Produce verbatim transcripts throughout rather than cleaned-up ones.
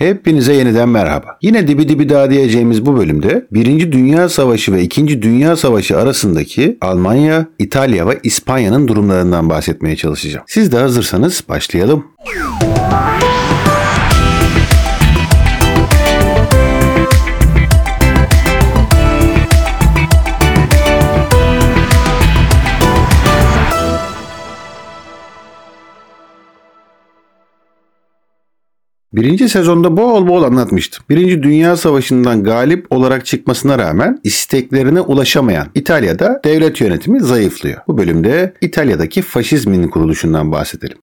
Hepinize yeniden merhaba. Yine dibi dibi daha diyeceğimiz bu bölümde Birinci Dünya Savaşı ve İkinci Dünya Savaşı arasındaki Almanya, İtalya ve İspanya'nın durumlarından bahsetmeye çalışacağım. Siz de hazırsanız başlayalım. Birinci sezonda bol bol anlatmıştım. Birinci Dünya Savaşı'ndan galip olarak çıkmasına rağmen isteklerine ulaşamayan İtalya'da devlet yönetimi zayıflıyor. Bu bölümde İtalya'daki faşizmin kuruluşundan bahsedelim.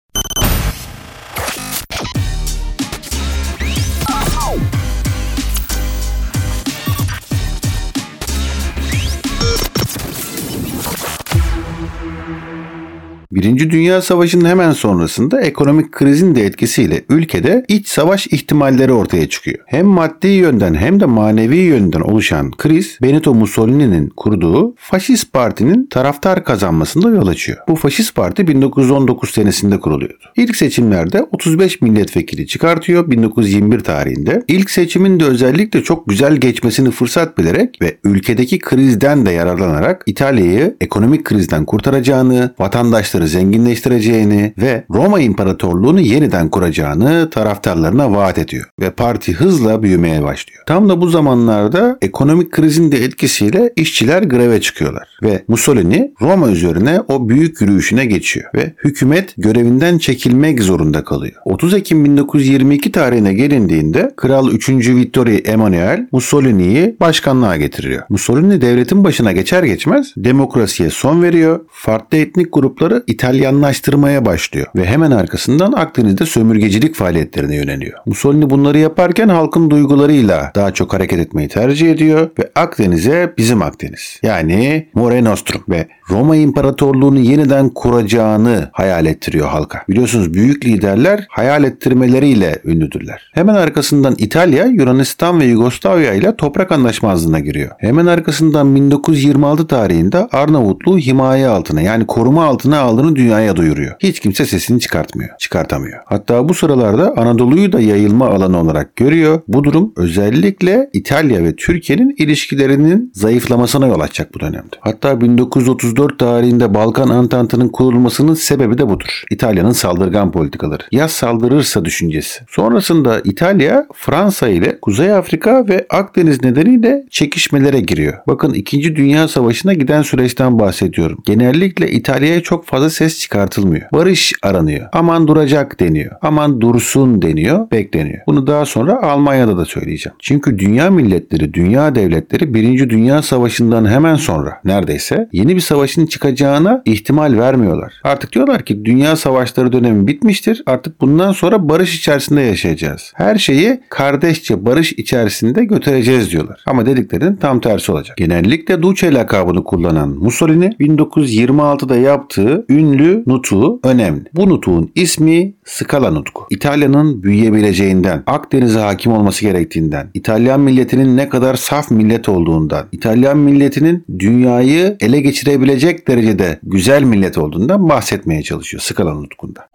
Birinci Dünya Savaşı'nın hemen sonrasında ekonomik krizin de etkisiyle ülkede iç savaş ihtimalleri ortaya çıkıyor. Hem maddi yönden hem de manevi yönden oluşan kriz Benito Mussolini'nin kurduğu Faşist Parti'nin taraftar kazanmasında yol açıyor. Bu Faşist Parti bin dokuz yüz on dokuz senesinde kuruluyordu. İlk seçimlerde otuz beş milletvekili çıkartıyor bin dokuz yüz yirmi bir tarihinde. İlk seçimin de özellikle çok güzel geçmesini fırsat bilerek ve ülkedeki krizden de yararlanarak İtalya'yı ekonomik krizden kurtaracağını, vatandaşları zenginleştireceğini ve Roma İmparatorluğunu yeniden kuracağını taraftarlarına vaat ediyor ve parti hızla büyümeye başlıyor. Tam da bu zamanlarda ekonomik krizin de etkisiyle işçiler greve çıkıyorlar ve Mussolini Roma üzerine o büyük yürüyüşüne geçiyor ve hükümet görevinden çekilmek zorunda kalıyor. otuz Ekim bin dokuz yüz yirmi iki tarihine gelindiğinde Kral üçüncü Vittorio Emanuele Mussolini'yi başkanlığa getiriyor. Mussolini devletin başına geçer geçmez demokrasiye son veriyor, farklı etnik grupları İtalyanlaştırmaya başlıyor ve hemen arkasından Akdeniz'de sömürgecilik faaliyetlerine yöneliyor. Mussolini bunları yaparken halkın duygularıyla daha çok hareket etmeyi tercih ediyor ve Akdeniz'e bizim Akdeniz, yani Mare Nostrum ve Roma İmparatorluğunu yeniden kuracağını hayal ettiriyor halka. Biliyorsunuz büyük liderler hayal ettirmeleriyle ünlüdürler. Hemen arkasından İtalya, Yunanistan ve Yugoslavya ile toprak anlaşmazlığına giriyor. Hemen arkasından bin dokuz yüz yirmi altı tarihinde Arnavutluğu himaye altına, yani koruma altına aldığını dünyaya duyuruyor. Hiç kimse sesini çıkartmıyor, çıkartamıyor. Hatta bu sıralarda Anadolu'yu da yayılma alanı olarak görüyor. Bu durum özellikle İtalya ve Türkiye'nin ilişkilerinin zayıflamasına yol açacak bu dönemde. Hatta bin dokuz yüz otuz dört tarihinde Balkan Antantı'nın kurulmasının sebebi de budur. İtalya'nın saldırgan politikaları. Ya saldırırsa düşüncesi. Sonrasında İtalya, Fransa ile Kuzey Afrika ve Akdeniz nedeniyle çekişmelere giriyor. Bakın İkinci Dünya Savaşı'na giden süreçten bahsediyorum. Genellikle İtalya'ya çok fazla ses çıkartılmıyor. Barış aranıyor. Aman duracak deniyor. Aman dursun deniyor. Bekleniyor. Bunu daha sonra Almanya'da da söyleyeceğim. Çünkü dünya milletleri, dünya devletleri Birinci Dünya Savaşı'ndan hemen sonra neredeyse yeni bir savaşın çıkacağına ihtimal vermiyorlar. Artık diyorlar ki dünya savaşları dönemi bitmiştir. Artık bundan sonra barış içerisinde yaşayacağız. Her şeyi kardeşçe barış içerisinde götüreceğiz diyorlar. Ama dediklerinin tam tersi olacak. Genellikle Duce lakabını kullanan Mussolini bin dokuz yüz yirmi altıda yaptığı ünlü nutuğu önemli. Bu nutuğun ismi Scala nutku. İtalya'nın büyüyebileceğinden, Akdeniz'e hakim olması gerektiğinden, İtalyan milletinin ne kadar saf millet olduğundan, İtalyan milletinin dünyayı ele geçirebilecek derecede güzel millet olduğundan bahsetmeye çalışıyor Scala nutkunda.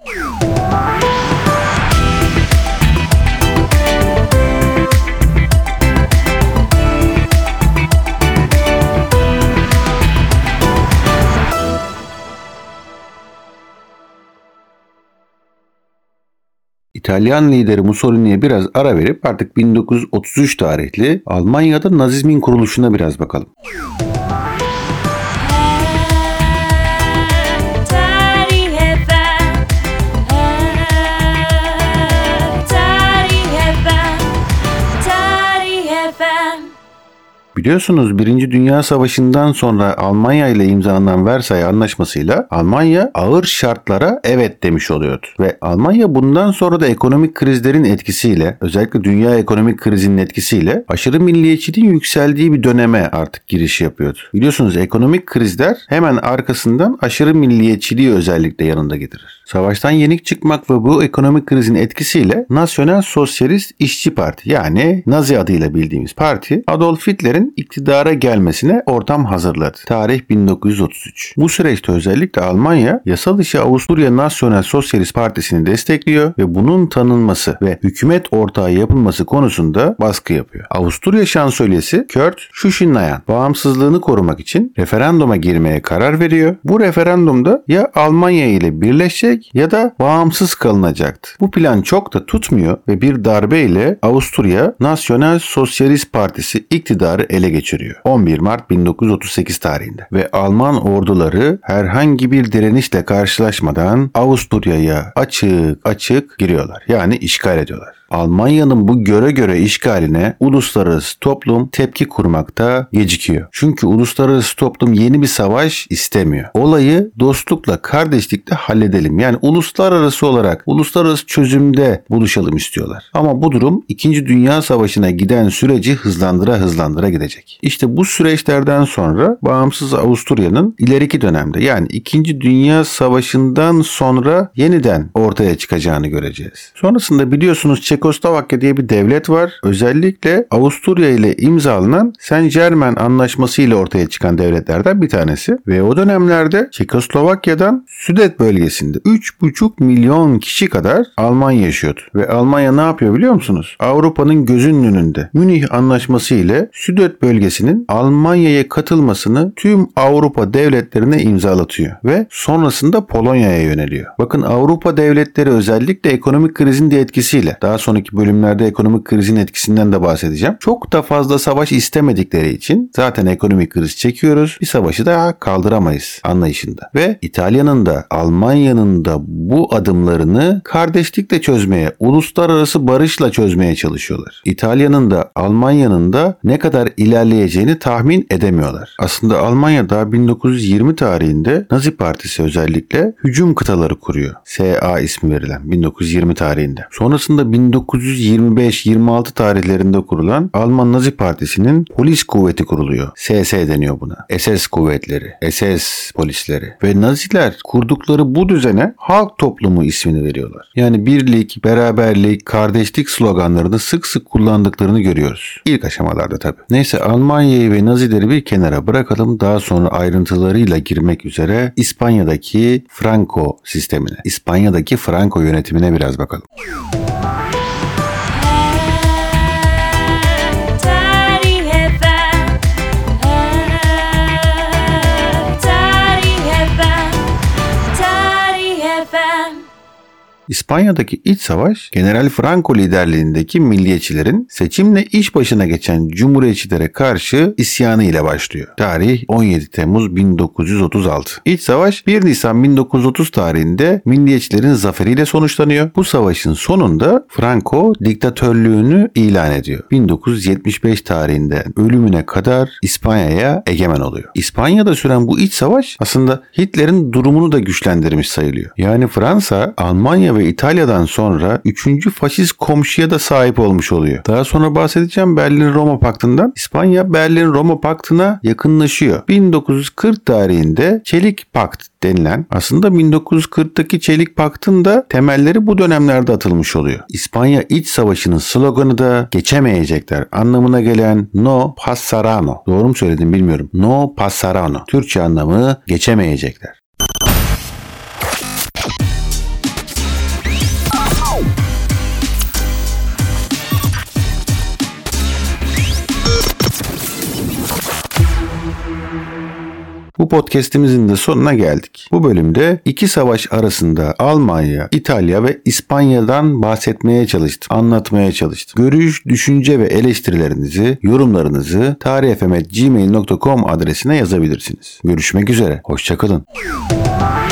İtalyan lideri Mussolini'ye biraz ara verip artık bin dokuz yüz otuz üç tarihli Almanya'da Nazizmin kuruluşuna biraz bakalım. Biliyorsunuz Birinci Dünya Savaşı'ndan sonra Almanya ile imzalanan Versay Anlaşması'yla Almanya ağır şartlara evet demiş oluyordu. Ve Almanya bundan sonra da ekonomik krizlerin etkisiyle, özellikle dünya ekonomik krizinin etkisiyle aşırı milliyetçiliğin yükseldiği bir döneme artık giriş yapıyordu. Biliyorsunuz ekonomik krizler hemen arkasından aşırı milliyetçiliği özellikle yanında getirir. Savaştan yenik çıkmak ve bu ekonomik krizin etkisiyle Nasyonel Sosyalist İşçi Parti yani Nazi adıyla bildiğimiz parti Adolf Hitler'in iktidara gelmesine ortam hazırladı. Tarih bin dokuz yüz otuz üç. Bu süreçte özellikle Almanya yasa dışı Avusturya Nasyonel Sosyalist Partisi'ni destekliyor ve bunun tanınması ve hükümet ortağı yapılması konusunda baskı yapıyor. Avusturya Şansölyesi Kurt Schuschnigg bağımsızlığını korumak için referanduma girmeye karar veriyor. Bu referandumda ya Almanya ile birleşecek ya da bağımsız kalınacaktı. Bu plan çok da tutmuyor ve bir darbe ile Avusturya Nasyonel Sosyalist Partisi iktidarı ele geçiriyor. on bir Mart bin dokuz yüz otuz sekiz tarihinde ve Alman orduları herhangi bir direnişle karşılaşmadan Avusturya'ya açık açık giriyorlar. Yani işgal ediyorlar. Almanya'nın bu göre göre işgaline uluslararası toplum tepki kurmakta gecikiyor. Çünkü uluslararası toplum yeni bir savaş istemiyor. Olayı dostlukla, kardeşlikle halledelim. Yani uluslararası olarak, uluslararası çözümde buluşalım istiyorlar. Ama bu durum İkinci Dünya Savaşı'na giden süreci hızlandıra hızlandıra gidecek. İşte bu süreçlerden sonra bağımsız Avusturya'nın ileriki dönemde yani İkinci Dünya Savaşı'ndan sonra yeniden ortaya çıkacağını göreceğiz. Sonrasında biliyorsunuz Çekoslovakya diye bir devlet var. Özellikle Avusturya ile imzalanan Saint-Germain Anlaşması ile ortaya çıkan devletlerden bir tanesi. Ve o dönemlerde Çekoslovakya'dan Südet bölgesinde üç buçuk milyon kişi kadar Alman yaşıyordu. Ve Almanya ne yapıyor biliyor musunuz? Avrupa'nın gözünün önünde Münih Anlaşması ile Südet bölgesinin Almanya'ya katılmasını tüm Avrupa devletlerine imzalatıyor. Ve sonrasında Polonya'ya yöneliyor. Bakın Avrupa devletleri özellikle ekonomik krizin de etkisiyle daha sonraki bölümlerde ekonomik krizin etkisinden de bahsedeceğim. Çok da fazla savaş istemedikleri için zaten ekonomik kriz çekiyoruz. Bir savaşı da kaldıramayız anlayışında. Ve İtalya'nın da Almanya'nın da bu adımlarını kardeşlikle çözmeye, uluslararası barışla çözmeye çalışıyorlar. İtalya'nın da Almanya'nın da ne kadar ilerleyeceğini tahmin edemiyorlar. Aslında Almanya da bin dokuz yüz yirmi tarihinde Nazi Partisi özellikle hücum kıtaları kuruyor. S A ismi verilen bin dokuz yüz yirmi tarihinde. Sonrasında bin dokuz yüz yirmi beş yirmi altı tarihlerinde kurulan Alman Nazi Partisi'nin polis kuvveti kuruluyor. S S deniyor buna. S S kuvvetleri, S S polisleri ve Naziler kurdukları bu düzene halk toplumu ismini veriyorlar. Yani birlik, beraberlik, kardeşlik sloganlarını sık sık kullandıklarını görüyoruz. İlk aşamalarda tabii. Neyse Almanya'yı ve Nazileri bir kenara bırakalım. Daha sonra ayrıntılarıyla girmek üzere İspanya'daki Franco sistemine, İspanya'daki Franco yönetimine biraz bakalım. İspanya'daki iç savaş General Franco liderliğindeki milliyetçilerin seçimle iş başına geçen cumhuriyetçilere karşı isyanı ile başlıyor. Tarih on yedi Temmuz bin dokuz yüz otuz altı. İç savaş bir Nisan bin dokuz yüz otuz tarihinde milliyetçilerin zaferiyle sonuçlanıyor. Bu savaşın sonunda Franco diktatörlüğünü ilan ediyor. bin dokuz yüz yetmiş beş tarihinde ölümüne kadar İspanya'ya egemen oluyor. İspanya'da süren bu iç savaş aslında Hitler'in durumunu da güçlendirmiş sayılıyor. Yani Fransa, Almanya ve İtalya'dan sonra üçüncü faşist komşuya da sahip olmuş oluyor. Daha sonra bahsedeceğim Berlin-Roma Paktı'ndan. İspanya Berlin-Roma Paktı'na yakınlaşıyor. bin dokuz yüz kırk tarihinde Çelik Pakt denilen aslında bin dokuz yüz kırktaki Çelik Pakt'ın da temelleri bu dönemlerde atılmış oluyor. İspanya İç Savaşı'nın sloganı da geçemeyecekler anlamına gelen No Passarano. Doğru mu söyledim bilmiyorum. No Passarano. Türkçe anlamı geçemeyecekler. Bu podcast'imizin de sonuna geldik. Bu bölümde iki savaş arasında Almanya, İtalya ve İspanya'dan bahsetmeye çalıştım, anlatmaya çalıştım. Görüş, düşünce ve eleştirilerinizi, yorumlarınızı tarih f m at gmail nokta com adresine yazabilirsiniz. Görüşmek üzere, hoşça kalın.